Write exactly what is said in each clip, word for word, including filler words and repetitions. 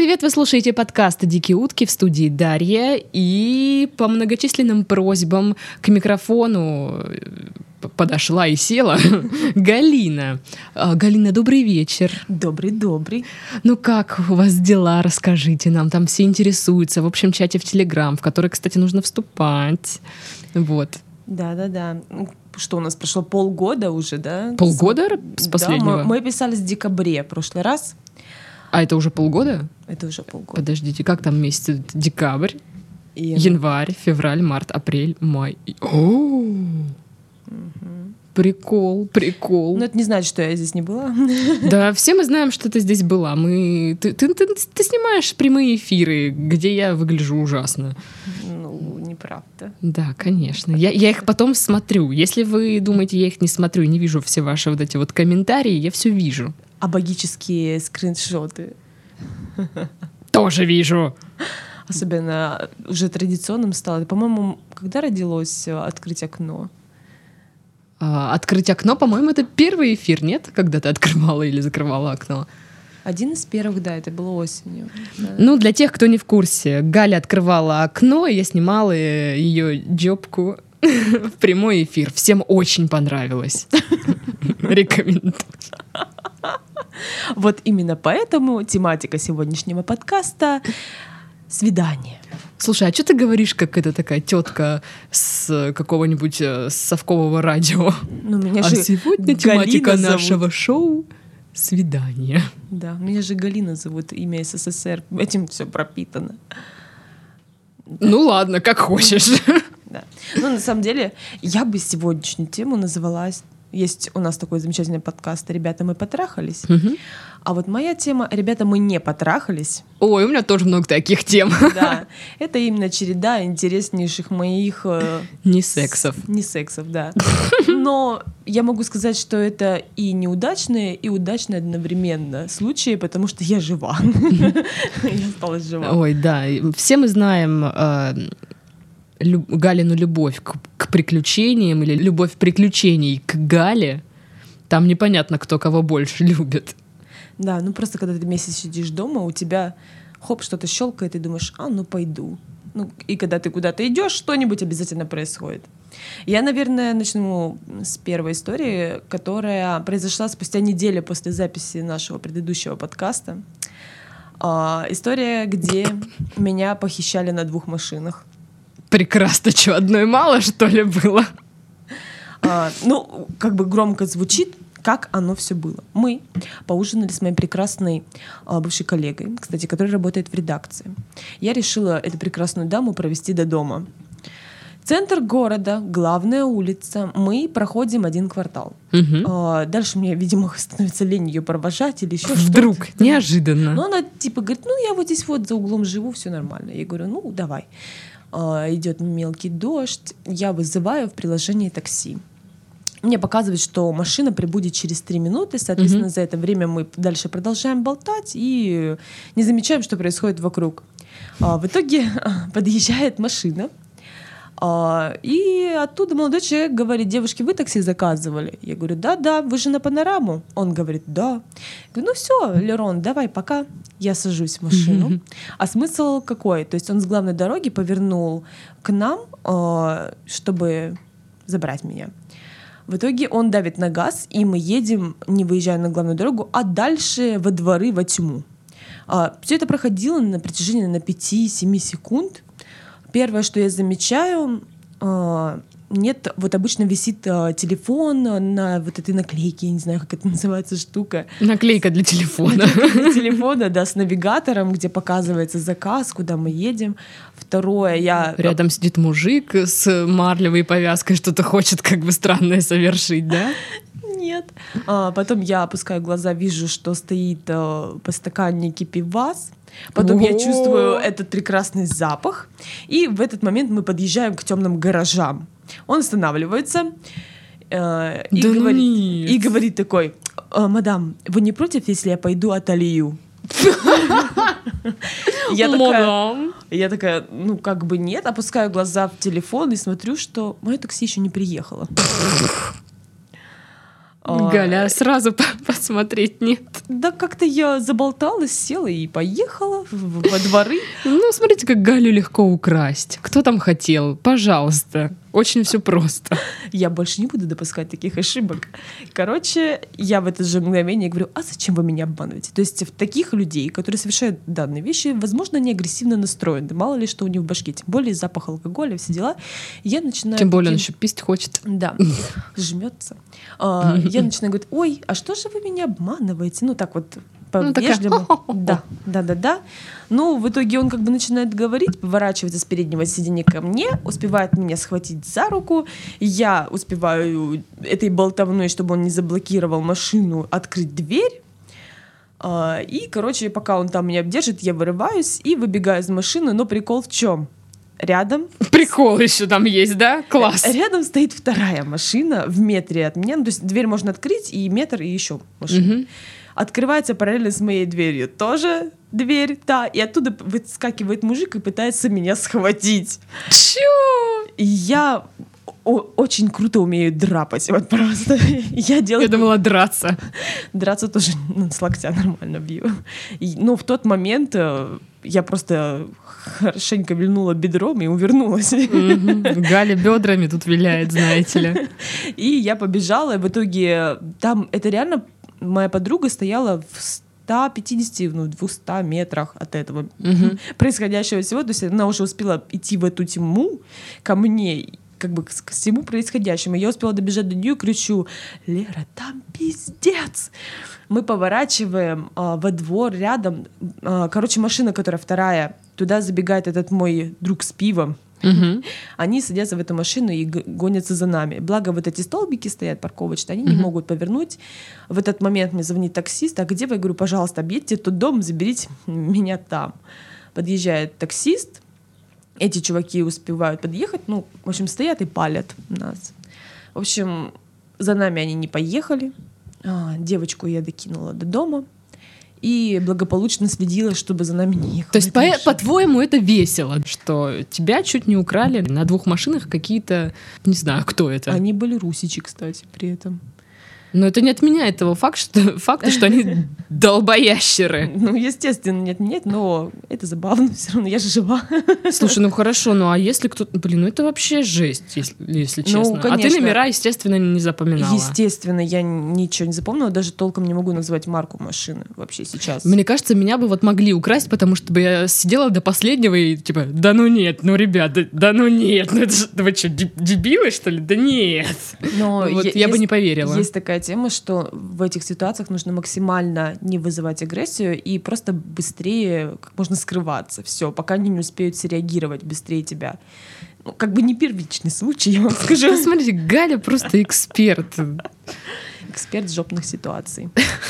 привет! Вы слушаете подкаст «Дикие утки», в студии Дарья. И по многочисленным просьбам к микрофону подошла и села Галина. Галина, добрый вечер. Добрый-добрый. Ну как у вас дела? Расскажите нам. Там все интересуются. В общем чате в Телеграм, в который, кстати, нужно вступать. Вот. Да-да-да. Что у нас прошло полгода уже, да? Полгода с последнего? Да, мы, мы писали в декабре в прошлый раз. А это уже полгода? Это уже полгода. Подождите, как там месяцы? Декабрь, И... январь, февраль, март, апрель, май. О, прикол, прикол. Но это не значит, что я здесь не была. Да, все мы знаем, что ты здесь была. Мы... Ты, ты, ты, ты снимаешь прямые эфиры, где я выгляжу ужасно. Ну, неправда. Да, конечно. Я, я их потом смотрю. Если вы думаете, я их не смотрю и не вижу все ваши вот эти вот комментарии, я все вижу. А магические скриншоты? Тоже вижу. Особенно уже традиционным стало. По-моему, когда родилось «Открыть окно»? А, «Открыть окно», по-моему, это первый эфир, нет? Когда ты открывала или закрывала окно? Один из первых, да, это было осенью. Да. Ну, для тех, кто не в курсе, Галя открывала окно, и я снимала ее джобку в прямой эфир. Всем очень понравилось. Рекомендую. Вот именно поэтому тематика сегодняшнего подкаста — свидание. Слушай, а что ты говоришь, как это такая тетка с какого-нибудь совкового радио? Ну, меня а же сегодня Галина тематика зовут. нашего шоу — свидание. Да, меня же Галина зовут, имя СССР. Этим все пропитано. Ну ладно, как хочешь. Да. Ну, на самом деле, я бы сегодняшнюю тему называла... Есть у нас такой замечательный подкаст «Ребята, мы потрахались». Угу. А вот моя тема «Ребята, мы не потрахались». Ой, у меня тоже много таких тем. Да, это именно череда интереснейших моих... Э, не сексов. С, не сексов, да. Но я могу сказать, что это и неудачные, и удачные одновременно случаи, потому что я жива. Я осталась жива. Ой, да. Все мы знаем... Люб, Галину любовь к, к приключениям или любовь приключений к Гале, там непонятно, кто кого больше любит. Да, ну просто когда ты месяц сидишь дома, у тебя хоп, что-то щелкает, и думаешь, а, ну пойду. Ну, и когда ты куда-то идешь, что-нибудь обязательно происходит. Я, наверное, начну с первой истории, которая произошла спустя неделю после записи нашего предыдущего подкаста. А, история, где меня похищали на двух машинах. Прекрасно, что, одной мало, что ли, было? А, ну, как бы громко звучит, как оно все было. Мы поужинали с моей прекрасной а, бывшей коллегой, кстати, которая работает в редакции. Я решила эту прекрасную даму провести до дома. Центр города, главная улица. Мы проходим один квартал. Угу. А, дальше мне, видимо, становится лень ее провожать или еще Вдруг, что-то. Вдруг, неожиданно. Ну, она типа говорит, ну, я вот здесь вот за углом живу, все нормально. Я говорю, ну, давай. Идет мелкий дождь, я вызываю в приложении такси. Мне показывает, что машина прибудет через три минуты, соответственно, mm-hmm. за это время мы дальше продолжаем болтать и не замечаем, что происходит вокруг. В итоге подъезжает машина, и оттуда молодой человек говорит, девушки, вы такси заказывали? Я говорю, да-да, вы же на Панораму? Он говорит, да. Я говорю, ну все, Лерон, давай, пока. Я сажусь в машину. Mm-hmm. А смысл какой? То есть он с главной дороги повернул к нам, чтобы забрать меня. В итоге он давит на газ, и мы едем, не выезжая на главную дорогу, а дальше во дворы, во тьму. Все это проходило на протяжении на пять-семь секунд. Первое, что я замечаю, нет, вот обычно висит телефон на вот этой наклейке, я не знаю, как это называется штука. Наклейка для телефона. Для телефона, да, с навигатором, где показывается заказ, куда мы едем. Второе, я... Рядом сидит мужик с марлевой повязкой, что-то хочет как бы странное совершить, да? Нет. А, потом я опускаю глаза, вижу, что стоит а, по стаканнике пивас. Потом О-о-о. я чувствую этот прекрасный запах. И в этот момент мы подъезжаем к темным гаражам. Он останавливается э, и, да говорит, нет. и говорит такой, мадам, вы не против, если я пойду отолью? Я такая, я такая, ну как бы нет, опускаю глаза в телефон и смотрю, что мое такси еще не приехало. Галя, сразу посмотреть нет. Да как-то я заболталась, села и поехала во дворы. Ну, смотрите, как Галю легко украсть. Кто там хотел? Пожалуйста. Очень все просто. Я больше не буду допускать таких ошибок. Короче, я в это же мгновение говорю, а зачем вы меня обманываете? То есть в таких людей, которые совершают данные вещи, возможно, они агрессивно настроены. Мало ли, что у них в башке. Тем более запах алкоголя, все дела. Я начинаю... Тем более он еще пить хочет. Да, жмется. А, я начинаю говорить, ой, а что же вы меня обманываете? Ну так вот, по-вежливому. Ну, да, да, да, да. Ну, в итоге он как бы начинает говорить, поворачивается с переднего сиденья ко мне, успевает меня схватить за руку. Я успеваю этой болтовной, чтобы он не заблокировал машину, открыть дверь. А, и, короче, пока он там меня держит, я вырываюсь и выбегаю из машины. Но прикол в чем? Рядом... Прикол еще там есть, да? Класс. Рядом стоит вторая машина в метре от меня. Ну, то есть дверь можно открыть, и метр, и еще машина. Угу. Открывается параллельно с моей дверью тоже дверь, та, и оттуда выскакивает мужик и пытается меня схватить. Чё? И я о- очень круто умею драпать. Вот просто. Я делаю... Я думала драться. Драться тоже ну, с локтя нормально бью. И, но в тот момент я просто хорошенько вильнула бедром и увернулась. Mm-hmm. Галя бедрами тут виляет, знаете ли. И я побежала, и в итоге там это реально моя подруга стояла в ста пятидесяти, ну, двухстах метрах от этого mm-hmm. происходящего всего. То есть она уже успела идти в эту тьму ко мне, как бы к всему происходящему. Я успела добежать до нее, кричу: Лера, там пиздец! Мы поворачиваем а, во двор рядом. А, короче, машина, которая вторая, туда забегает этот мой друг с пивом. Uh-huh. Они садятся в эту машину и г- гонятся за нами. Благо вот эти столбики стоят парковочные, они uh-huh. не могут повернуть. В этот момент мне звонит таксист: а где вы? Я говорю: пожалуйста, объедьте тот дом, заберите меня там. Подъезжает таксист, эти чуваки успевают подъехать, ну, в общем, стоят и палят нас. В общем, за нами они не поехали. А, девочку я докинула до дома и благополучно следила, чтобы за нами не ехали. То есть, по- по-твоему, это весело, что тебя чуть не украли на двух машинах какие-то, не знаю, кто это. Они были русичи, кстати, при этом. Но это не отменяет того факта, что, факта, что они долбоящеры. Ну, естественно, нет, нет, но это забавно, все равно я же жива. Слушай, ну хорошо, ну а если кто-то... Блин, ну это вообще жесть, если, если честно. Ну, а ты номера, естественно, не запоминала. Естественно, я ничего не запомнила, даже толком не могу назвать марку машины вообще сейчас. Мне кажется, меня бы вот могли украсть, потому что бы я сидела до последнего и типа, да ну нет, ну ребята, да ну нет, ну это же, вы что, дебилы, что ли? Да нет. Но вот я, я я бы не поверила. Есть такая тема, что в этих ситуациях нужно максимально не вызывать агрессию и просто быстрее как можно скрываться. Все, пока они не успеют среагировать быстрее тебя. Ну, как бы не первичный случай, я вам скажу. Смотрите, Галя просто эксперт. Эксперт жопных ситуаций.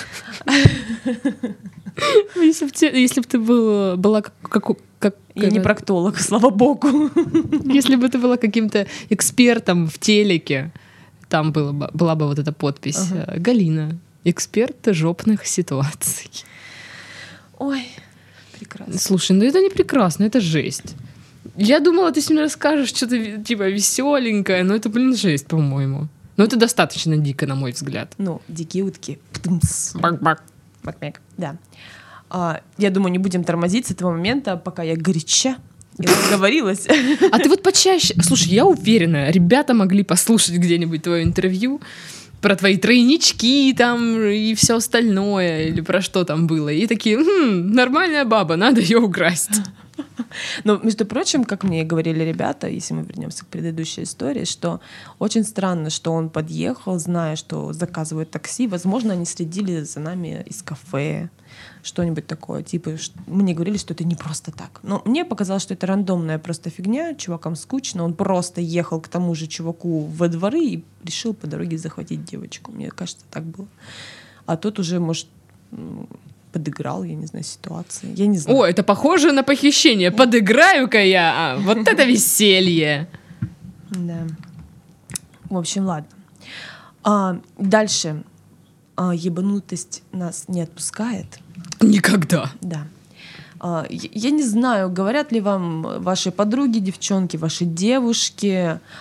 Если бы ты, если бы ты был, была как, как, как... Я не проктолог, слава богу. Если бы ты была каким-то экспертом в телеке, там было бы, была бы вот эта подпись. Ага. Галина, эксперт жопных ситуаций. Ой, прекрасно. Слушай, ну это не прекрасно, это жесть. Я думала, ты сегодня расскажешь что-то типа веселенькое, но это, блин, жесть, по-моему. Но это достаточно дико, на мой взгляд. Ну, дикие утки. Бак-бак. Бак-бак, да. А, я думаю, не будем тормозить с этого момента, пока я горяча и разговорилась. А ты вот почаще... Слушай, я уверена, ребята могли послушать где-нибудь твое интервью про твои тройнички там и все остальное, или про что там было. И такие, хм, нормальная баба, надо ее украсть. Но, между прочим, как мне говорили ребята, если мы вернемся к предыдущей истории, что очень странно, что он подъехал, зная, что заказывают такси. Возможно, они следили за нами из кафе, что-нибудь такое. Типа, мне говорили, что это не просто так. Но мне показалось, что это рандомная просто фигня, чувакам скучно. Он просто ехал к тому же чуваку во дворы и решил по дороге захватить девочку. Мне кажется, так было. А тот уже, может... подыграл, я не знаю, ситуации. Я не знаю. О, это похоже на похищение. Подыграю-ка я. А, вот это веселье. Да. В общем, ладно. А, дальше. А, ебанутость нас не отпускает. Никогда. Да. А, я, я не знаю, говорят ли вам ваши подруги, девчонки, ваши девушки,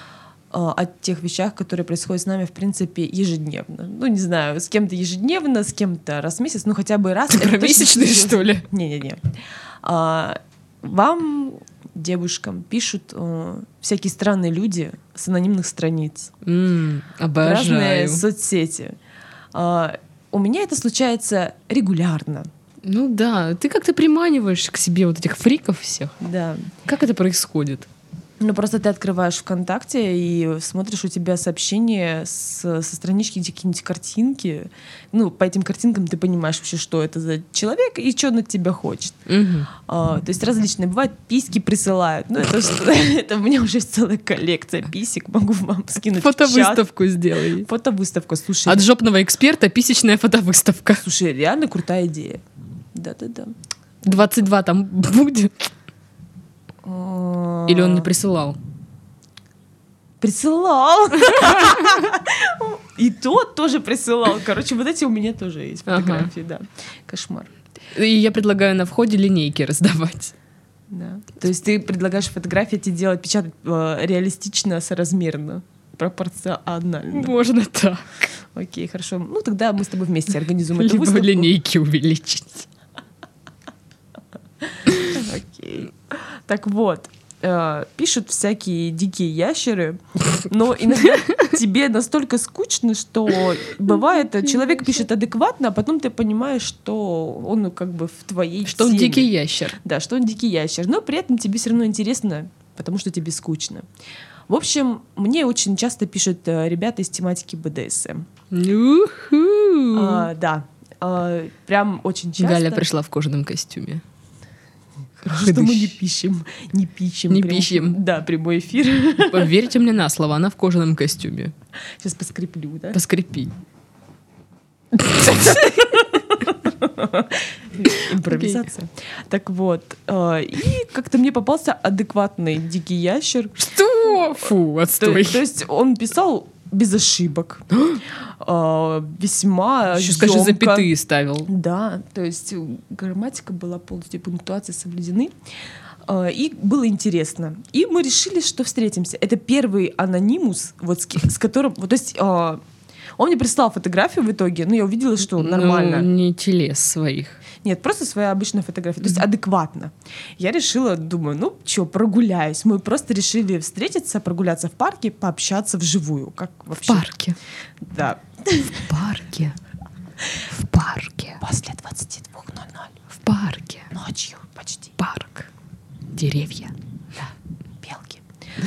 о тех вещах, которые происходят с нами, в принципе, ежедневно. Ну, не знаю, с кем-то ежедневно, с кем-то раз в месяц, ну, хотя бы раз. Ты про месячные, что ли? Не-не-не. А, вам, девушкам, пишут а, всякие странные люди с анонимных страниц. Mm, обожаю. Разные соцсети. А, у меня это случается регулярно. Ну да, ты как-то приманиваешь к себе вот этих фриков всех. Да. Как это происходит? Ну, просто ты открываешь ВКонтакте и смотришь, у тебя сообщения с, со странички, где какие-нибудь картинки. Ну, по этим картинкам ты понимаешь вообще, что это за человек и что он от тебя хочет. Угу. А, то есть различные. Бывают, письки присылают. Ну, это, что, это у меня уже есть целая коллекция писек. Могу вам скинуть в чат. Фотовыставку сделай. Фотовыставка, слушай. От жопного эксперта писечная фотовыставка. Слушай, реально крутая идея. Да-да-да. двадцать два там будет? Или он не присылал? Присылал. И тот тоже присылал. Короче, вот эти у меня тоже есть фотографии, да. Кошмар. И я предлагаю на входе линейки раздавать. Да. То есть ты предлагаешь фотографии эти делать, печатать э, реалистично, соразмерно, пропорционально. Можно так. Окей, хорошо. Ну тогда мы с тобой вместе организуем эту Либо выставку. линейки увеличить. Окей. Так вот, э, пишут всякие дикие ящеры, но иногда тебе настолько скучно, что бывает, человек пишет адекватно, а потом ты понимаешь, что он ну, как бы в твоей Что он теме. дикий ящер. Да, что он дикий ящер, но при этом тебе все равно интересно, потому что тебе скучно. В общем, мне очень часто пишут э, ребята из тематики бэ дэ эс эм. У-ху. А, да, а, прям очень часто. Галя пришла в кожаном костюме. Хорошо, что мы не пишем, не пишем. Не прям, пишем. Да, прямой эфир. Поверьте мне на слово, она в кожаном костюме. Сейчас поскреплю, да? Поскрипи. Импровизация. Так вот, э, и как-то мне попался адекватный дикий ящер. Что? Фу, То, отстой. то есть он писал без ошибок. э, весьма Еще скажи, ёмко. запятые ставил. Да, то есть грамматика была полностью, пунктуации соблюдены. Э, и было интересно. И мы решили, что встретимся. Это первый анонимус, вот с, ки- с которым... Вот, то есть э, он мне прислал фотографию в итоге, но я увидела, что нормально. Ну, не телес своих. Нет, просто своя обычная фотография, то есть адекватно. Я решила, думаю, ну что, прогуляюсь. Мы просто решили встретиться, прогуляться в парке, пообщаться вживую. Как вообще? В парке. Да. В парке. В парке. После двадцати двух ноль ноль. В парке. Ночью почти. Парк. Деревья. Да. Белки.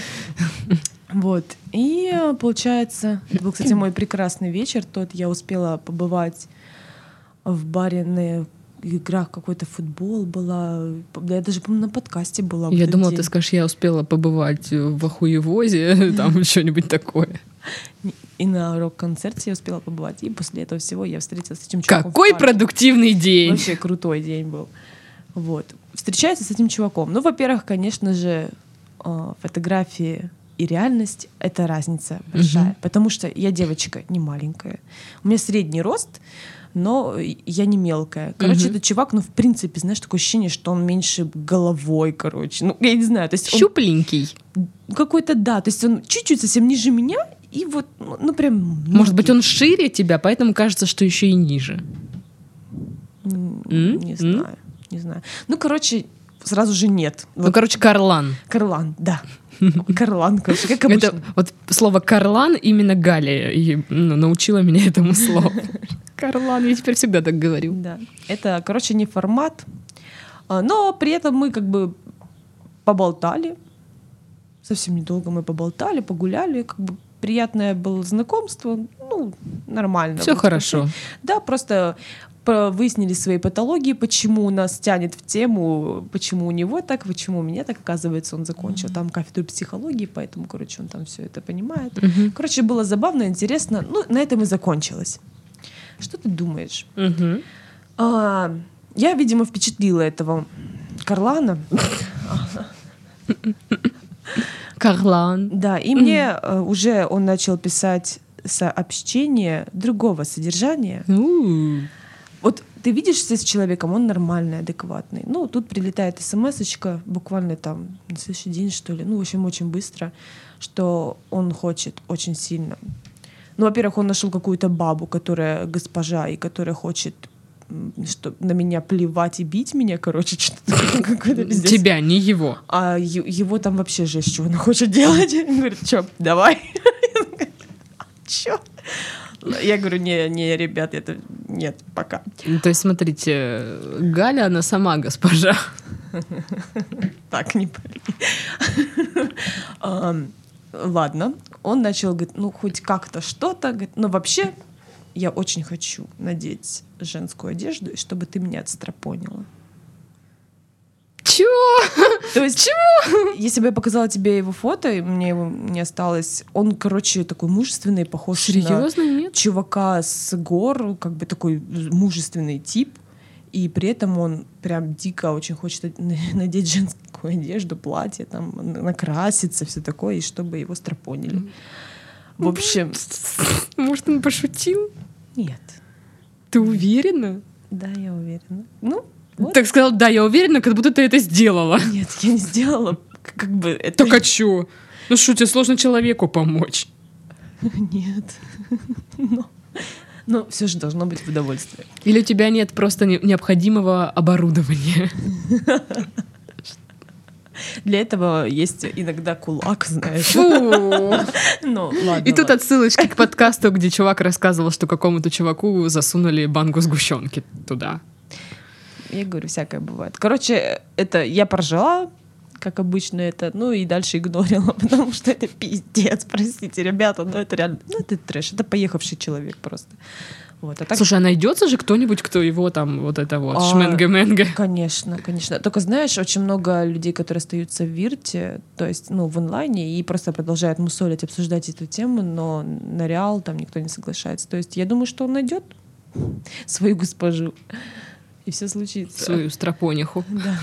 Вот. И э, получается, это был, кстати, мой прекрасный вечер. Тот я успела побывать в баре на играх, какой-то футбол была. Да, я даже, по-моему, на подкасте была. в Я этот думала, день. ты скажешь, я успела побывать в Охуевозе, там что-нибудь такое. И на рок-концерте я успела побывать. И после этого всего я встретилась с этим чуваком. Какой в парке. продуктивный день! Вообще крутой день был. Вот. Встречаюсь с этим чуваком. Ну, во-первых, конечно же, э, фотографии и реальность — это разница большая. Мгм. Потому что я девочка не маленькая. У меня средний рост, но я не мелкая. Короче, Мгм. этот чувак, ну, в принципе, знаешь, такое ощущение, что он меньше головой, короче. Ну, я не знаю. То есть он Щупленький. какой-то, да. То есть он чуть-чуть совсем ниже меня, и вот, ну, ну, прям... Может быть, ноги. он шире тебя, поэтому кажется, что еще и ниже. М, М? Не М? знаю, не знаю. Ну, короче, сразу же нет. Ну, Вот короче, Карлан. Карлан, да. Карлан, короче, как обычно. Это вот слово Карлан именно Галя и, ну, научила меня этому слову. Карлан, я теперь всегда так говорю. Да. Это, короче, не формат. А, Но при этом мы как бы поболтали. Совсем недолго мы поболтали, погуляли. Как бы приятное было знакомство. Ну, нормально. Все Вот хорошо. Да, просто по- выяснили свои патологии, почему нас тянет в тему, почему у него так, почему у меня так. Оказывается, он закончил там кафедру психологии, поэтому, короче, он там все это понимает. Мгм. Короче, было забавно, интересно. Ну, на этом и закончилось. Что ты думаешь? Мгм. А, я, видимо, впечатлила этого Карлана. Карлан. Да, и мне э, уже он начал писать сообщения другого содержания. У. Вот ты видишься с человеком, он нормальный, адекватный. Ну, тут прилетает смс-очка буквально там на следующий день, что ли, ну, в общем, очень быстро, что он хочет очень сильно. Ну, во-первых, он нашел какую-то бабу, которая госпожа, и которая хочет что на меня плевать и бить меня, короче, что-то какое-то пиздец. Тебя, не его. А е- его там вообще жесть, что он хочет делать. Он говорит, что, давай. Чё? Я говорю, не, не, ребят, это нет, пока. Ну, то есть, смотрите, Галя, она сама госпожа. Так, не пали. Ладно, он начал, говорит, ну, хоть как-то что-то, говорит, но вообще я очень хочу надеть женскую одежду, и чтобы ты меня отстрапонила. Чего? То есть, чего? Если бы я показала тебе его фото, и мне его не осталось, он, короче, такой мужественный, похож Серьезно? на Нет? чувака с гор, как бы такой мужественный тип, и при этом он прям дико очень хочет надеть женскую одежду, платье, там, накраситься, все такое, и чтобы его стропонили. В общем... Может, он пошутил? Нет. Ты уверена? Да, я уверена. Ну, вот. Так сказал, да, я уверена, как будто ты это сделала. Нет, я не сделала. Как бы это... Так а чё? Ну что, тебе сложно человеку помочь? Нет. Но, но все же должно быть в удовольствие. Или у тебя нет просто не- необходимого оборудования? Для этого есть иногда кулак, знаешь. Фу. Ну, ладно. И тут ладно. отсылочки к подкасту, где чувак рассказывал, что какому-то чуваку засунули банку сгущенки туда. Я говорю, всякое бывает. Короче, это я поржала, как обычно это, ну и дальше игнорила, потому что это пиздец, простите, ребята, ну это реально, ну это трэш, это поехавший человек просто. Вот, а так... Слушай, а найдется же кто-нибудь, кто его там вот это вот А, шменга-менга? Конечно, конечно. Только знаешь, очень много людей, которые остаются в Вирте, то есть, ну, в онлайне, и просто продолжают мусолить, обсуждать эту тему, но на реал там никто не соглашается. То есть я думаю, что он найдет свою госпожу, и все случится. Свою стропониху. Да.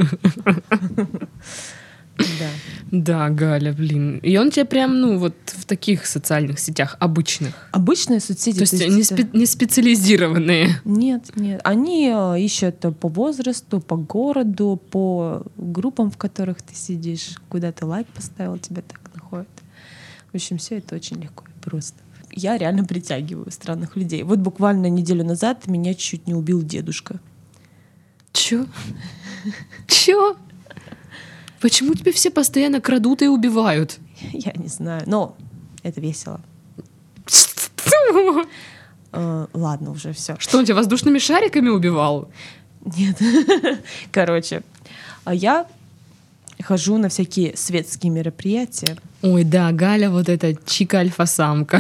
Да. Да, Галя, блин. И он тебе прям, ну, вот в таких социальных сетях обычных. Обычные соцсети. То есть не, это- спе- не специализированные. Нет, нет. Они э, ищут по возрасту, по городу, по группам, в которых ты сидишь, куда ты лайк поставил, тебя так находят. В общем, все это очень легко и просто. Я реально притягиваю странных людей. Вот буквально неделю назад меня чуть не убил дедушка. Чё? Чё? Почему тебя все постоянно крадут и убивают? Я не знаю, но это весело. Э, ладно, уже все. Что, он тебя воздушными шариками убивал? Нет. Короче, а я хожу на всякие светские мероприятия. Ой, да, Галя вот эта чика-альфа-самка.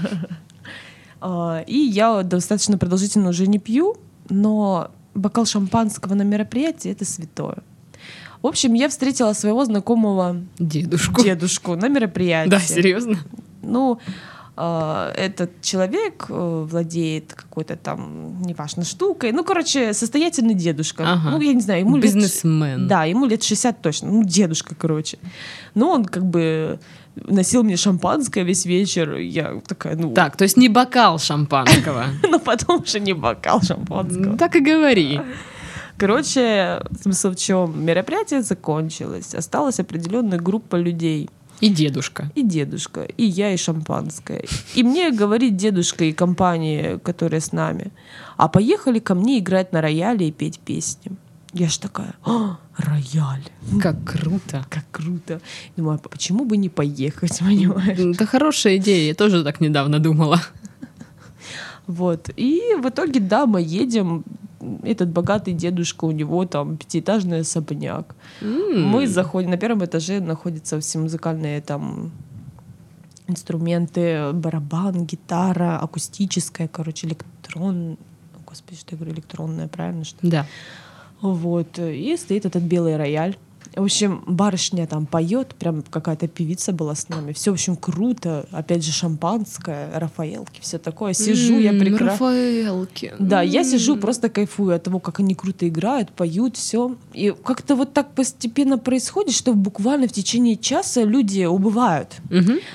А, И я достаточно продолжительно уже не пью, но бокал шампанского на мероприятии — это святое. В общем, я встретила своего знакомого Дедушку. дедушку на мероприятии. Да, серьезно? Ну, а, этот человек э, владеет какой-то там, неважно, штукой. Ну, короче, состоятельный дедушка. Ага. Ну, я не знаю, ему лет... Бизнесмен. Да, ему лет шестьдесят точно. Ну, дедушка, короче. Но он как бы носил мне шампанское весь вечер. Я такая, ну... Так, то есть не бокал шампанского. Но потом уже не бокал шампанского. Так и говори. Короче, смысл в чем? Мероприятие закончилось. Осталась определенная группа людей. И дедушка. И дедушка, и я, и шампанское. И мне говорит дедушка и компания, которая с нами, а поехали ко мне играть на рояле и петь песни. Я ж такая, «А, рояль, Как круто. как круто. Думаю, а почему бы не поехать, понимаешь? Это хорошая идея, я тоже так недавно думала. Вот. И в итоге, да, мы едем. Этот богатый дедушка, у него там пятиэтажный особняк. М. Мы заходим, на первом этаже находятся все музыкальные там инструменты, барабан, гитара, акустическая, короче, электрон... Господи, что я говорю, электронная, правильно, что ли? Да. Вот. И стоит этот белый рояль. В общем, барышня там поет, прям какая-то певица была с нами. Все, в общем, круто. Опять же, шампанское, Рафаэлки, все такое. Сижу, я М, прекрасно. Рафаэлки. Да, я М. сижу, просто кайфую от того, как они круто играют, поют, все. И как-то вот так постепенно происходит, что буквально в течение часа люди убывают. Мгм.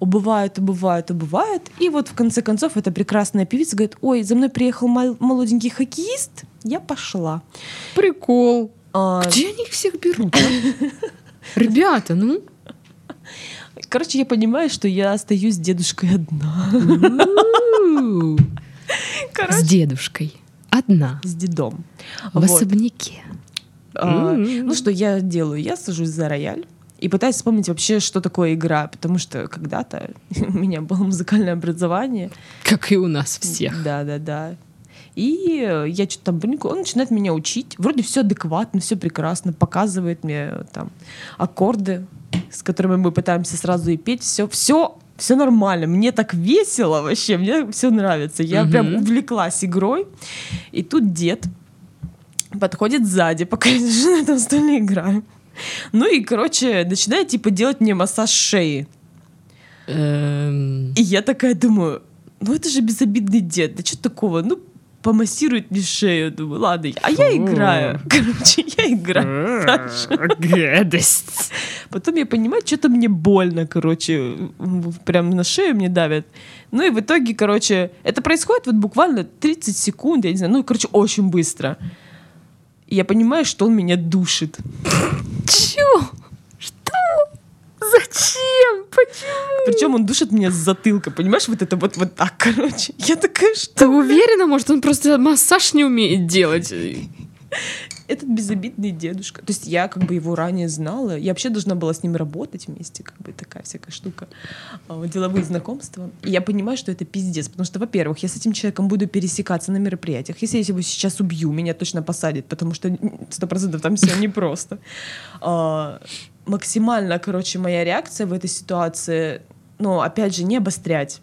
убывает, убывает, убывает. И вот в конце концов эта прекрасная певица говорит: ой, за мной приехал мол- молоденький хоккеист, я пошла. Прикол. А, Где они их всех берут? а? Ребята, ну. Короче, я понимаю, что я остаюсь с дедушкой одна. У-у-у. С Короче, дедушкой. Одна. с дедом. В Вот. особняке. А, М. Ну, что я делаю? Я сажусь за рояль и пытаюсь вспомнить вообще, что такое игра, потому что когда-то у меня было музыкальное образование. Как и у нас всех. Да-да-да. И э, я что-то там принюхаю, он начинает меня учить. Вроде все адекватно, все прекрасно, показывает мне э, там аккорды, с которыми мы пытаемся сразу и петь. Все, все, все нормально. Мне так весело вообще, мне все нравится. Я Мгм. прям увлеклась игрой. И тут дед подходит сзади, пока я сижу на этом столе играю. Ну и, короче, начинает типа делать мне массаж шеи. Эм, И я такая думаю, ну это же безобидный дед, да что такого? Ну, помассирует мне шею. Думаю, ладно, а я Фу. играю. Короче, я играю. дальше. Гадость. Потом я понимаю, что-то мне больно, короче, м, прям на шею мне давят. Ну и в итоге, короче, это происходит вот буквально тридцать секунд, я не знаю, ну, короче, очень быстро. И я понимаю, что он меня душит. Чё? Что? Зачем? Почему? Причем он душит меня с затылка, понимаешь, вот это вот, вот так, короче. Я такая, что? Ты уверена, может, он просто массаж не умеет делать? Этот безобидный дедушка. То есть я как бы его ранее знала. Я вообще должна была с ним работать вместе, как бы такая всякая штука. А, деловые знакомства. И я понимаю, что это пиздец. Потому что, во-первых, я с этим человеком буду пересекаться на мероприятиях. Если я его сейчас убью, меня точно посадят, потому что сто процентов там все непросто. А, максимально, короче, моя реакция в этой ситуации, ну, опять же, не обострять.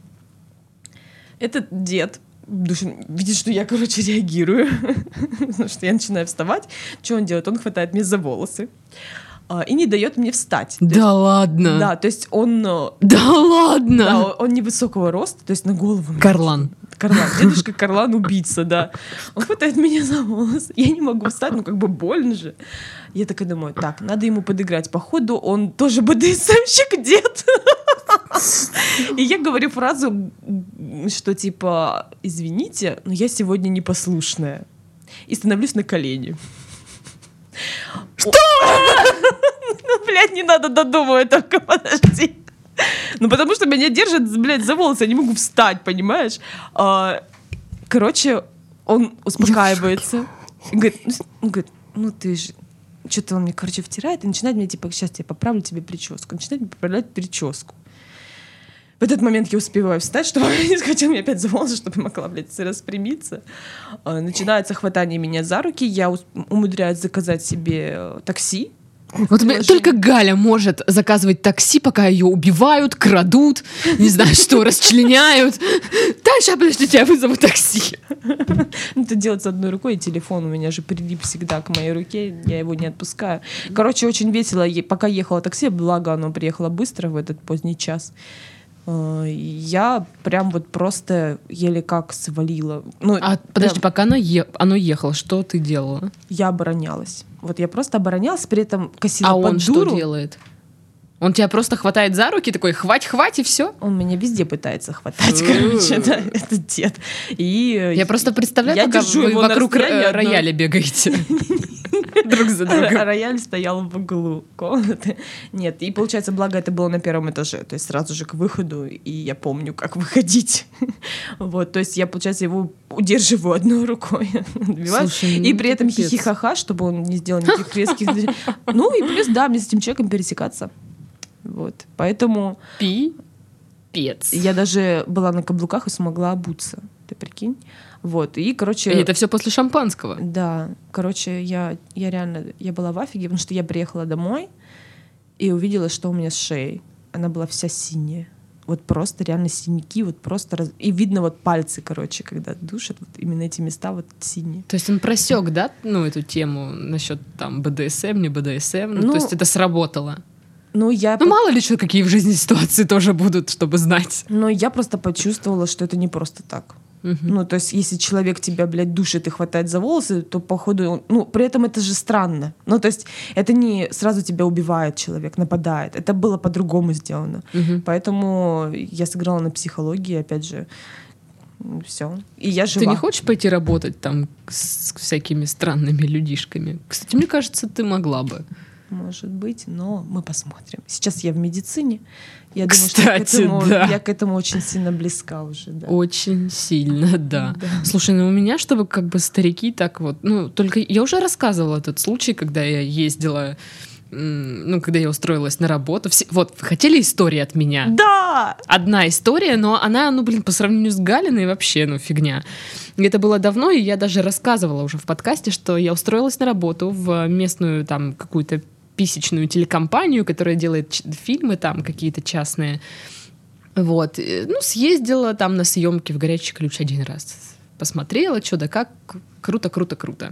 Этот дед душин, видит, что я, короче, реагирую, потому что я начинаю вставать. Что он делает? Он хватает меня за волосы а, и не дает мне встать. То Да есть- ладно. Да, то есть он, э, Да ладно. да, он- он невысокого роста, то есть на голову. Карлан. Карлан, дедушка Карлан убийца, да. Он хватает меня за волосы. Я не могу встать, ну как бы больно же. Я такая думаю, так, надо ему подыграть. Походу, он тоже БДСМщик дед. И я говорю фразу, что типа, извините, но я сегодня непослушная. И становлюсь на колени. Что? Ну, блядь, не надо додумывать только, подожди. Ну, потому что меня держат, блядь, за волосы, я не могу встать, понимаешь? А, короче, он успокаивается. И говорит, ну, с- он говорит, ну ты же... Что-то он мне, короче, втирает и начинает мне, типа, сейчас я поправлю тебе прическу. Начинает мне поправлять прическу. В этот момент я успеваю встать, чтобы он не схватил меня опять за волосы, чтобы я могла, блядь, распрямиться. А, начинается хватание меня за руки. Я ус- умудряюсь заказать себе э, такси. Вот блин, только Галя может заказывать такси, пока ее убивают, крадут, не знаю что, расчленяют. Дальше, подождите, я вызову такси. Ну, это делается одной рукой, и телефон у меня же прилип всегда к моей руке, я его не отпускаю. Короче, очень весело, е- пока ехало такси, благо оно приехало быстро в этот поздний час. э, Я прям вот просто еле как свалила. Ну, А подожди, прям пока оно, е- оно ехало, что ты делала? я оборонялась. Вот я просто оборонялась, при этом косила А под он что дуру. делает? Он тебя просто хватает за руки, такой, хвать, хвать, и все? Он меня везде пытается хватать, Фу. короче, да, это дед. И э, Я просто представляю, я пока держу вы его на вокруг расстоянии ро- одной- рояля бегаете. Друг за А другом. рояль стоял в углу комнаты. Нет, и получается, благо это было на первом этаже, то есть сразу же к выходу, и я помню, как выходить. Вот, то есть я, получается, его удерживаю одной рукой, отбиваюсь. Слушай, ну И при это этом капец. хихихаха, чтобы он не сделал никаких резких движений. Ну и плюс, да, мне с этим человеком пересекаться. Вот, поэтому Пипец. я даже была на каблуках и смогла обуться, ты прикинь. Вот, и, короче... И это все после шампанского. Да, короче, я, я реально, я была в афиге, потому что я приехала домой и увидела, что у меня с шеей. Она была вся синяя. Вот просто реально синяки, вот просто... Раз... И видно вот пальцы, короче, когда душат, вот именно эти места вот синие. То есть он просек, да, ну, эту тему насчет там БДСМ, не БДСМ? Ну, Ну, то есть это сработало. Ну, я, Ну, по- мало ли что, какие в жизни ситуации тоже будут, чтобы знать. ну, я просто почувствовала, что это не просто так. Мгм. Ну, то есть, если человек тебя, блядь, душит и хватает за волосы, то, походу, он- ну, при этом это же странно. Ну, то есть, это не сразу тебя убивает человек, нападает. Это было по-другому сделано. Мгм. Поэтому я сыграла на психологии, опять же, все. И я жива. Ты не хочешь пойти работать там с всякими странными людишками? Кстати, мне кажется, ты могла бы. Может быть, но мы посмотрим. Сейчас я в медицине. Я думаю, что Кстати, к этому, да. я к этому очень сильно близка уже. Да. Очень сильно, да. Да. Слушай, ну у меня, чтобы как бы старики так вот... Ну, только я уже рассказывала этот случай, когда я ездила... м, Ну, когда я устроилась на работу. Все, вот, вы хотели истории от меня? Да! Одна история, но она, ну, блин, по сравнению с Галиной вообще, ну, фигня. И это было давно, и я даже рассказывала уже в подкасте, что я устроилась на работу в местную там какую-то писечную телекомпанию, которая делает ч- фильмы там какие-то частные. Вот. И, ну, съездила там на съемки в «Горячий ключ» один раз. Посмотрела, что да как. Круто, круто, круто.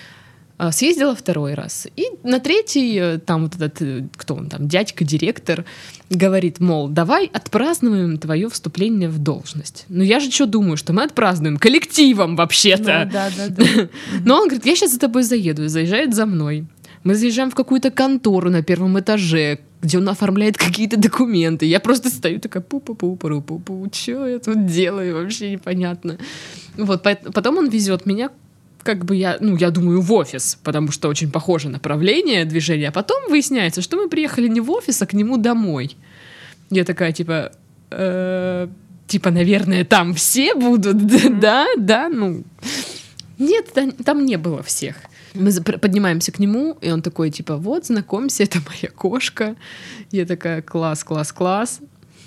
А, Съездила второй раз. И на третий, э, там вот этот, э, кто он там, дядька-директор, говорит, мол, давай отпразднуем твое вступление в должность. Ну я же что думаю, что мы отпразднуем коллективом Ну, вообще-то. да, да, да. Но он говорит, я сейчас за тобой заеду. И заезжает за мной. Мы заезжаем в какую-то контору на первом этаже, где он оформляет какие-то документы. Я просто стою такая пу-пу-пу-пу-пу-пу. Что я тут делаю? Вообще непонятно. Вот, пот- потом он везет меня, как бы я, ну, я думаю, в офис, потому что очень похоже направление движения. А потом выясняется, что мы приехали не в офис, а к нему домой. Я такая, типа, э, типа, наверное, там все будут, да, да, ну... Нет, там, там не было всех. Мы за- поднимаемся к нему, и он такой, типа, вот, знакомься, это моя кошка. Я такая, класс, класс, класс.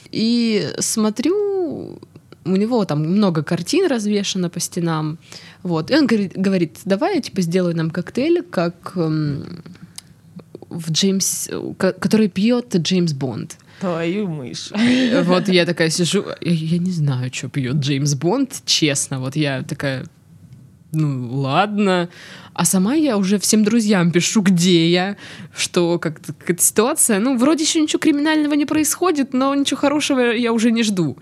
И смотрю, у него там много картин развешано по стенам. Вот. И он говорит, говорит, давай я, типа, сделаю нам коктейль, как эм, в Джеймс... ко- который пьет Джеймс Бонд. Твою мышь. Вот я такая сижу, я, я не знаю, что пьет Джеймс Бонд, честно. Вот я такая, ну ладно. А сама я уже всем друзьям пишу, где я, что как-то какая-то ситуация. Ну, вроде еще ничего криминального не происходит, но ничего хорошего я уже не жду.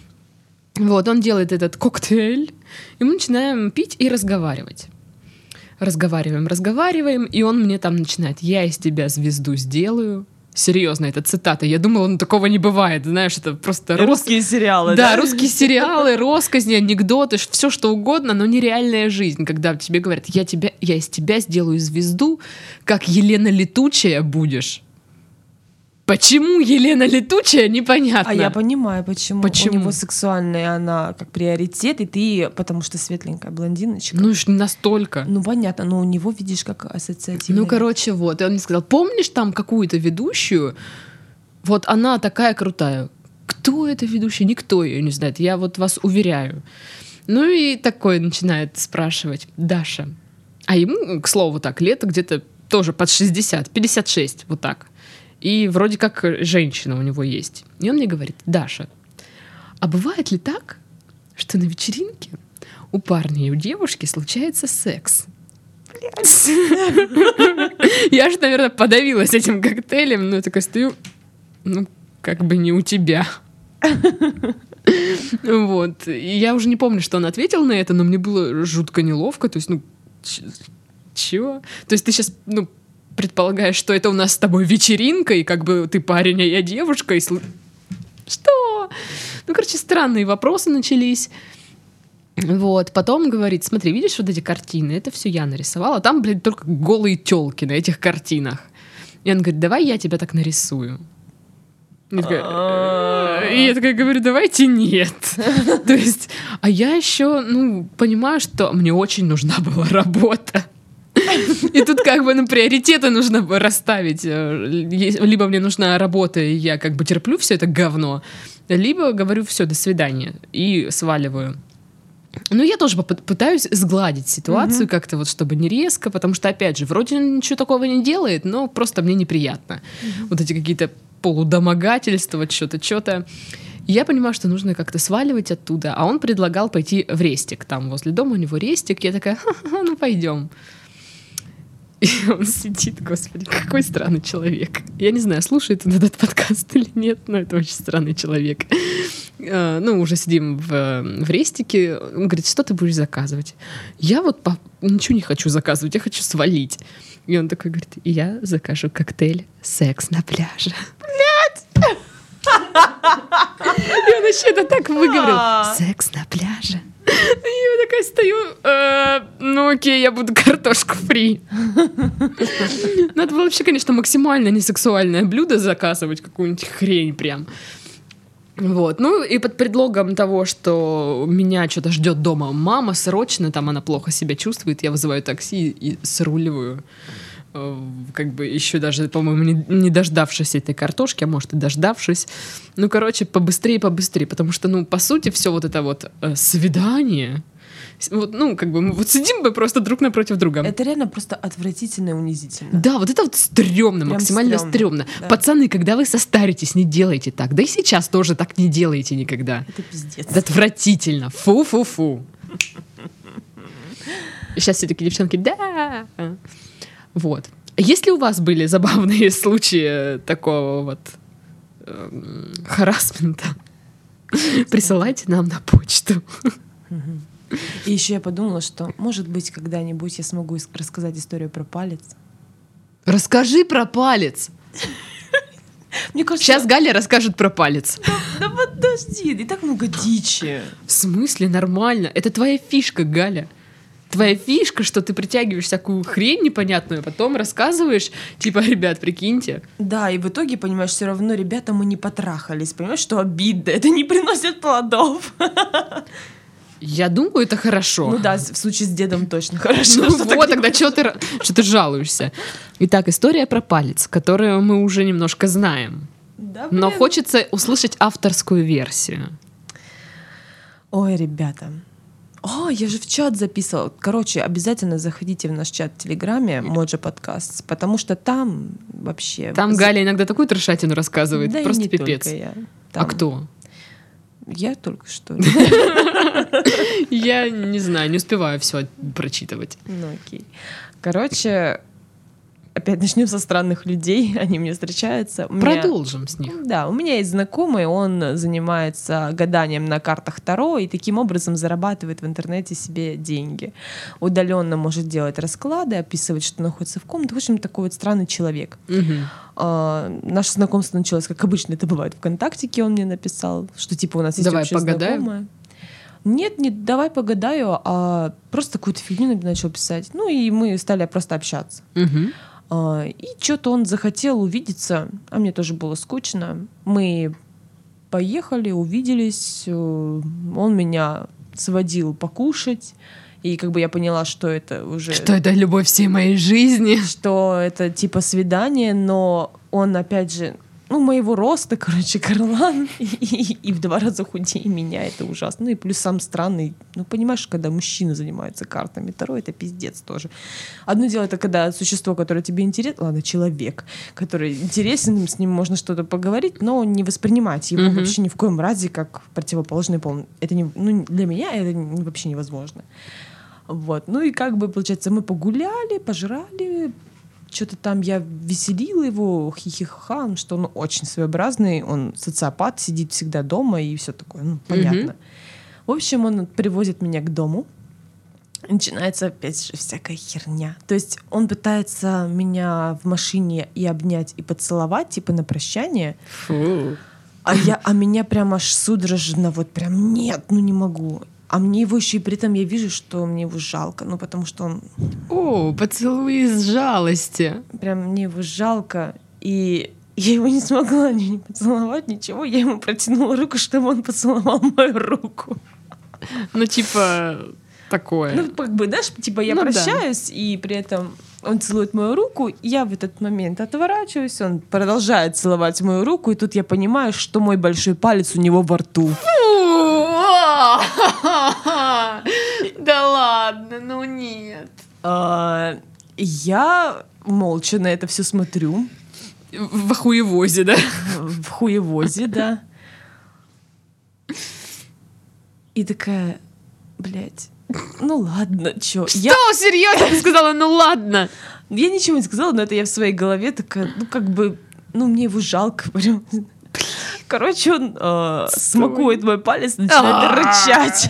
Вот, он делает этот коктейль, и мы начинаем пить и разговаривать. Разговариваем, разговариваем, и он мне там начинает: я из тебя звезду сделаю. Серьезно, это цитата. Я думала, ну такого не бывает. Знаешь, это просто рус- Русские сериалы, Да, да? русские сериалы, россказни, анекдоты, все что угодно, но нереальная жизнь, когда тебе говорят: я, тебя, я из тебя сделаю звезду, как Елена Летучая будешь. Почему Елена Летучая, непонятно. А я понимаю, почему. Почему? У него сексуальная она как приоритет, и ты, потому что светленькая блондиночка. Ну, уж не настолько. Ну, понятно, но у него, видишь, как ассоциативный. Ну, короче, вот. И он мне сказал: помнишь там какую-то ведущую? Вот она такая крутая. Кто эта ведущая? Никто ее не знает. Я вот вас уверяю. Ну и такой начинает спрашивать: Даша. А ему, к слову, так, лето где-то тоже под шестьдесят, пятьдесят шесть, вот так. И вроде как женщина у него есть. И он мне говорит: Даша, а бывает ли так, что на вечеринке у парня и у девушки случается секс? Я же, наверное, подавилась этим коктейлем, но я такая стою, ну, как бы не у тебя. Вот. И я уже не помню, что он ответил на это, но мне было жутко неловко. То есть, ну, ч- чего? То есть ты сейчас, ну, предполагаешь, что это у нас с тобой вечеринка, и как бы ты парень, а я девушка, и... сл- Что? Ну, короче, странные вопросы начались. Вот, потом говорит: смотри, видишь вот эти картины? Это все я нарисовала. Там, блядь, только голые тёлки на этих картинах. И он говорит: давай я тебя так нарисую. Я такая, «Э». И я такая говорю: давайте нет. То есть, а я еще, ну, понимаю, что мне очень нужна была работа. И тут как бы, ну, приоритеты нужно бы расставить. Либо мне нужна работа, и я как бы терплю все это говно, либо говорю: все, до свидания, и сваливаю. Ну, я тоже поп- пытаюсь сгладить ситуацию, mm-hmm. как-то вот, чтобы не резко, потому что, опять же, вроде он ничего такого не делает, но просто мне неприятно. Mm-hmm. Вот эти какие-то полудомогательства, что-то, что-то. И я понимаю, что нужно как-то сваливать оттуда, а он предлагал пойти в рестик. Там возле дома у него рестик. Я такая: ха-ха, ну пойдем. И он сидит, господи, какой странный человек. Я не знаю, слушает он этот подкаст или нет, но это очень странный человек. Ну, уже сидим в, в рестике. Он говорит, что ты будешь заказывать? Я вот по... ничего не хочу заказывать, я хочу свалить. И он такой говорит, я закажу коктейль «Секс на пляже». Блядь! И он вообще это так выговорил. «Секс на пляже». И я такая стою, э, ну окей, я буду картошку фри. Надо было вообще, конечно, максимально несексуальное блюдо заказывать, какую-нибудь хрень прям. Вот, ну и под предлогом того, что меня что-то ждет дома мама срочно, там она плохо себя чувствует, я вызываю такси и сруливаю. Как бы еще даже, по-моему, не, не дождавшись этой картошки, а может и дождавшись. Ну, короче, побыстрее, побыстрее, потому что, ну, по сути, все вот это вот э, свидание, вот, ну, как бы мы вот сидим бы просто друг напротив друга. Это реально просто отвратительно и унизительно. Да, вот это вот стрёмно, прям максимально стрёмно. стрёмно. Да. Пацаны, когда вы состаритесь, не делайте так. Да и сейчас тоже так не делайте никогда. Это пиздец. Это отвратительно. Фу-фу-фу. Сейчас все такие девчонки, да. Вот. Если у вас были забавные случаи такого вот э, харассмента, присылайте нам на почту. И еще я подумала, что, может быть, когда-нибудь я смогу рассказать историю про палец. Расскажи про палец. Мне кажется, сейчас Галя расскажет про палец. Да, да подожди, и так много дичи. В смысле? Нормально. Это твоя фишка, Галя. Твоя фишка, что ты притягиваешь всякую хрень непонятную, а потом рассказываешь, типа, ребят, прикиньте. Да, и в итоге, понимаешь, все равно, ребята, мы не потрахались. Понимаешь, что обидно, это не приносит плодов. Я думаю, это хорошо. Ну да, в случае с дедом точно хорошо. Ну вот, тогда что ты, что ты жалуешься? Итак, история про палец, которую мы уже немножко знаем. Да, но хочется услышать авторскую версию. Ой, ребята. О, я же в чат записывала. Короче, обязательно заходите в наш чат в Телеграме Моджо Подкаст, потому что там вообще... Там Галя иногда такую трешатину рассказывает, да просто и не пипец. Только я. Там... А кто? Я только что. Я не знаю, не успеваю все прочитывать. Ну окей. Короче, опять начнем со странных людей, они мне встречаются. У Продолжим меня... с них. Да, у меня есть знакомый, он занимается гаданием на картах Таро и таким образом зарабатывает в интернете себе деньги. Удаленно может делать расклады, описывать, что находится в комнате. В общем, такой вот странный человек. Угу. А, наше знакомство началось, как обычно это бывает, ВКонтактике он мне написал, что типа у нас есть давай общая погадаем. знакомая. Нет, не давай погадаю, а просто какую-то фигню начал писать. Ну и мы стали просто общаться. Угу. И что-то он захотел увидеться, а мне тоже было скучно. Мы поехали, увиделись, он меня сводил покушать, и как бы я поняла, что это уже... Что это любовь всей моей жизни. Что это типа свидание, но он опять же... Ну, моего роста, короче, Карлан, и, и, и в два раза худее меня, это ужасно. Ну и плюс сам странный, ну, понимаешь, когда мужчина занимается картами Таро, это пиздец тоже. Одно дело, это когда существо, которое тебе интересно, ладно, человек, который интересен, с ним можно что-то поговорить, но не воспринимать его mm-hmm. вообще ни в коем разе как противоположный пол. Это не, ну, для меня это вообще невозможно. Вот. Ну и как бы, получается, мы погуляли, пожрали, что-то там я веселила его, хихиха, что он очень своеобразный, он социопат, сидит всегда дома и все такое, ну, понятно. Mm-hmm. В общем, он привозит меня к дому, начинается опять же всякая херня. То есть он пытается меня в машине и обнять, и поцеловать, типа на прощание. Фу. А, я, а меня прям аж судорожно, вот прям нет, ну не могу. А мне его еще и при этом я вижу, что мне его жалко, ну потому что он... О, поцелуй из жалости. Прям мне его жалко, и я его не смогла ни, ни поцеловать, ничего. Я ему протянула руку, чтобы он поцеловал мою руку. Ну типа такое. Ну как бы, да, типа я ну, прощаюсь, да. И при этом он целует мою руку, я в этот момент отворачиваюсь, он продолжает целовать мою руку, и тут я понимаю, что мой большой палец у него во рту. Да ладно, ну нет. А, я молча на это все смотрю. В хуевозе, да? В хуевозе, да. И такая, блядь, ну ладно, чё. Что, я... серьезно? Ты сказала, ну ладно? Я ничего не сказала, но это я в своей голове такая, ну, как бы, ну, мне его жалко, говорю. Короче, он э, смакует мой палец, начинает рычать.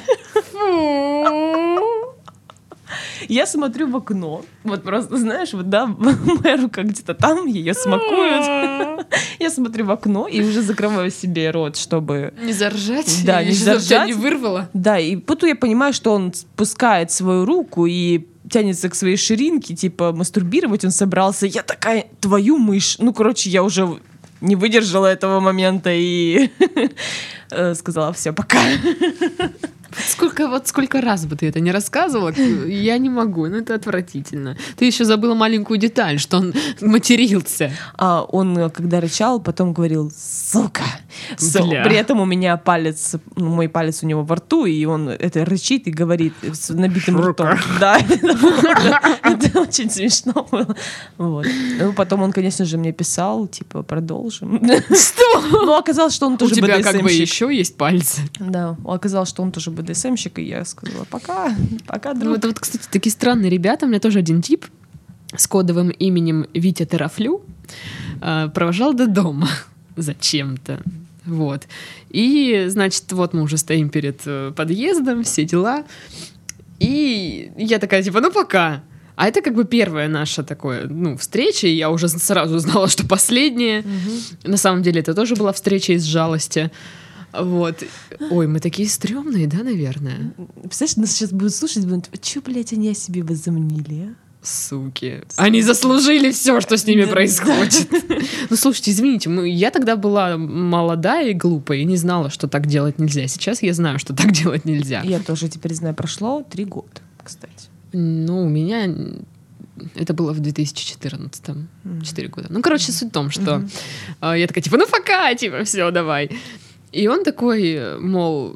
Я смотрю в окно, вот просто, знаешь, вот, да, моя рука где-то там, ее смакуют. Я смотрю в окно и уже закрываю себе рот, чтобы... Не заржать? Да, не заржать. Не вырвало? Да, и потом я понимаю, что он спускает свою руку и тянется к своей ширинке, типа, мастурбировать он собрался. Я такая, твою мышь. Ну, короче, я уже не выдержала этого момента и сказала, все, пока. Сколько, вот сколько раз бы ты это не рассказывала, я не могу, ну это отвратительно. Ты еще забыла маленькую деталь, что он матерился. А он, когда рычал, потом говорил «сука». Бля. При этом у меня палец, ну, мой палец у него во рту, и он это рычит и говорит с набитым ртом. Да, это очень смешно было. Вот. Ну, потом он, конечно же, мне писал, типа, продолжим. Что? Ну, оказалось, что он тоже у тебя бэ дэ эс эм-щик. как бы еще есть пальцы. Да, оказалось, что он тоже бэ дэ эс эм-щик, и я сказала «пока, пока, друг». Ну, это вот, кстати, такие странные ребята. У меня тоже один тип с кодовым именем Витя Терафлю э, провожал до дома зачем-то. Вот. И, значит, вот мы уже стоим перед э, подъездом, все дела. И я такая, типа, ну пока. А это как бы первая наша такая, ну, встреча, и я уже сразу знала, что последняя. Угу. На самом деле это тоже была встреча из жалости. Вот. Ой, мы такие стрёмные, да, наверное? Представляешь, нас сейчас будут слушать, будут, чё, блядь, они о себе возомнили, а? Суки. Они заслужили все, что с ними происходит. Ну, слушайте, извините, мы, я тогда была молодая и глупая, и не знала, что так делать нельзя. Сейчас я знаю, что так делать нельзя. Я тоже теперь знаю. Прошло три года, кстати. Ну, у меня... Это было в две тысячи четырнадцатом. Четыре года. Ну, короче, суть в том, что mm-hmm. я такая, типа, ну, пока, типа, все, давай. И он такой, мол...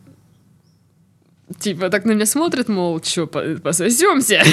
Типа, так на меня смотрит, мол, чё, пососёмся?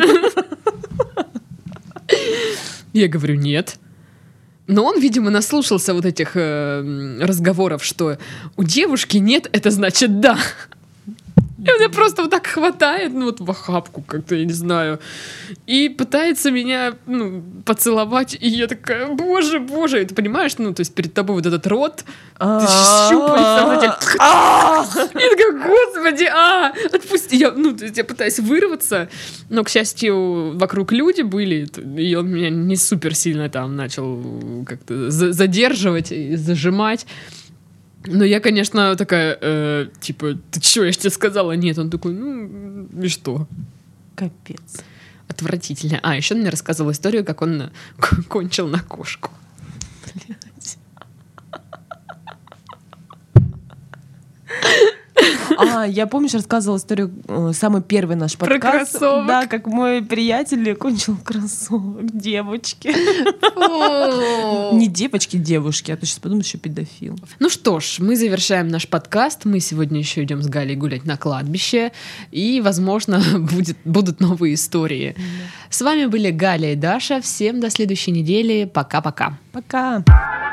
Я говорю, нет. Но он, видимо, наслушался вот этих э, разговоров, что у девушки нет, это значит да. И он меня просто вот так хватает, ну вот в охапку как-то, я не знаю, и пытается меня, ну, поцеловать, и я такая, боже, боже, и ты понимаешь, ну, то есть перед тобой вот этот рот, ты щупальца, вот эти... И я такая, господи, а, отпусти, я, ну, то есть я пытаюсь вырваться, но, к счастью, вокруг люди были, и он меня не супер сильно там начал как-то задерживать и зажимать. Но я, конечно, такая, э, типа, ты чё, я ж тебе сказала? Нет, он такой, ну, и что? Капец. Отвратительно. А, еще он мне рассказывал историю, как он кончил на кошку. Блядь. А, я, помнишь, рассказывала историю, э, самый первый наш подкаст. Про кроссовок. Да, как мой приятель кончил кроссовок девочки. Не девочки, девушки, а то сейчас подумают, что педофил. Ну что ж, мы завершаем наш подкаст. Мы сегодня еще идем с Галей гулять на кладбище. И, возможно, будет, будут новые истории. С вами были Галя и Даша. Всем до следующей недели. Пока-пока. Пока.